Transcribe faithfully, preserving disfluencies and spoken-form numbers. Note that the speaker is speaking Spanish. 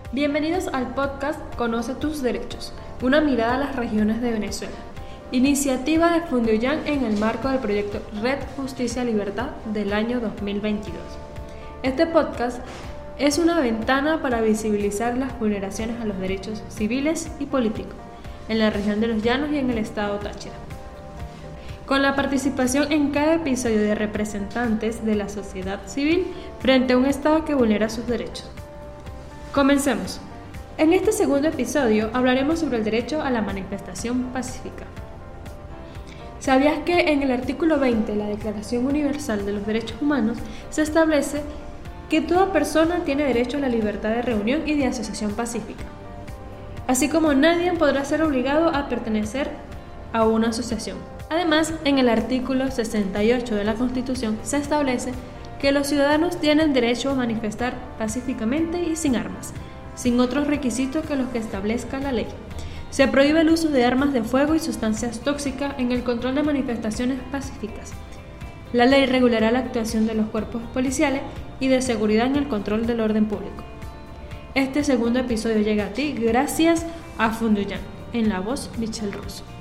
Bienvenidos al podcast Conoce tus derechos, una mirada a las regiones de Venezuela, iniciativa de Fundioyan en el marco del proyecto Red Justicia Libertad del año dos mil veintidós. Este podcast es una ventana para visibilizar las vulneraciones a los derechos civiles y políticos en la región de los Llanos y en el estado Táchira, con la participación en cada episodio de representantes de la sociedad civil frente a un estado que vulnera sus derechos. Comencemos. En este segundo episodio hablaremos sobre el derecho a la manifestación pacífica. ¿Sabías que en el artículo veinte de la Declaración Universal de los Derechos Humanos se establece que toda persona tiene derecho a la libertad de reunión y de asociación pacífica, así como nadie podrá ser obligado a pertenecer a una asociación? Además, en el artículo sesenta y ocho de la Constitución se establece que los ciudadanos tienen derecho a manifestar pacíficamente y sin armas, sin otros requisitos que los que establezca la ley. Se prohíbe el uso de armas de fuego y sustancias tóxicas en el control de manifestaciones pacíficas. La ley regulará la actuación de los cuerpos policiales y de seguridad en el control del orden público. Este segundo episodio llega a ti gracias a Fundioyan, en la voz Michelle Rosso.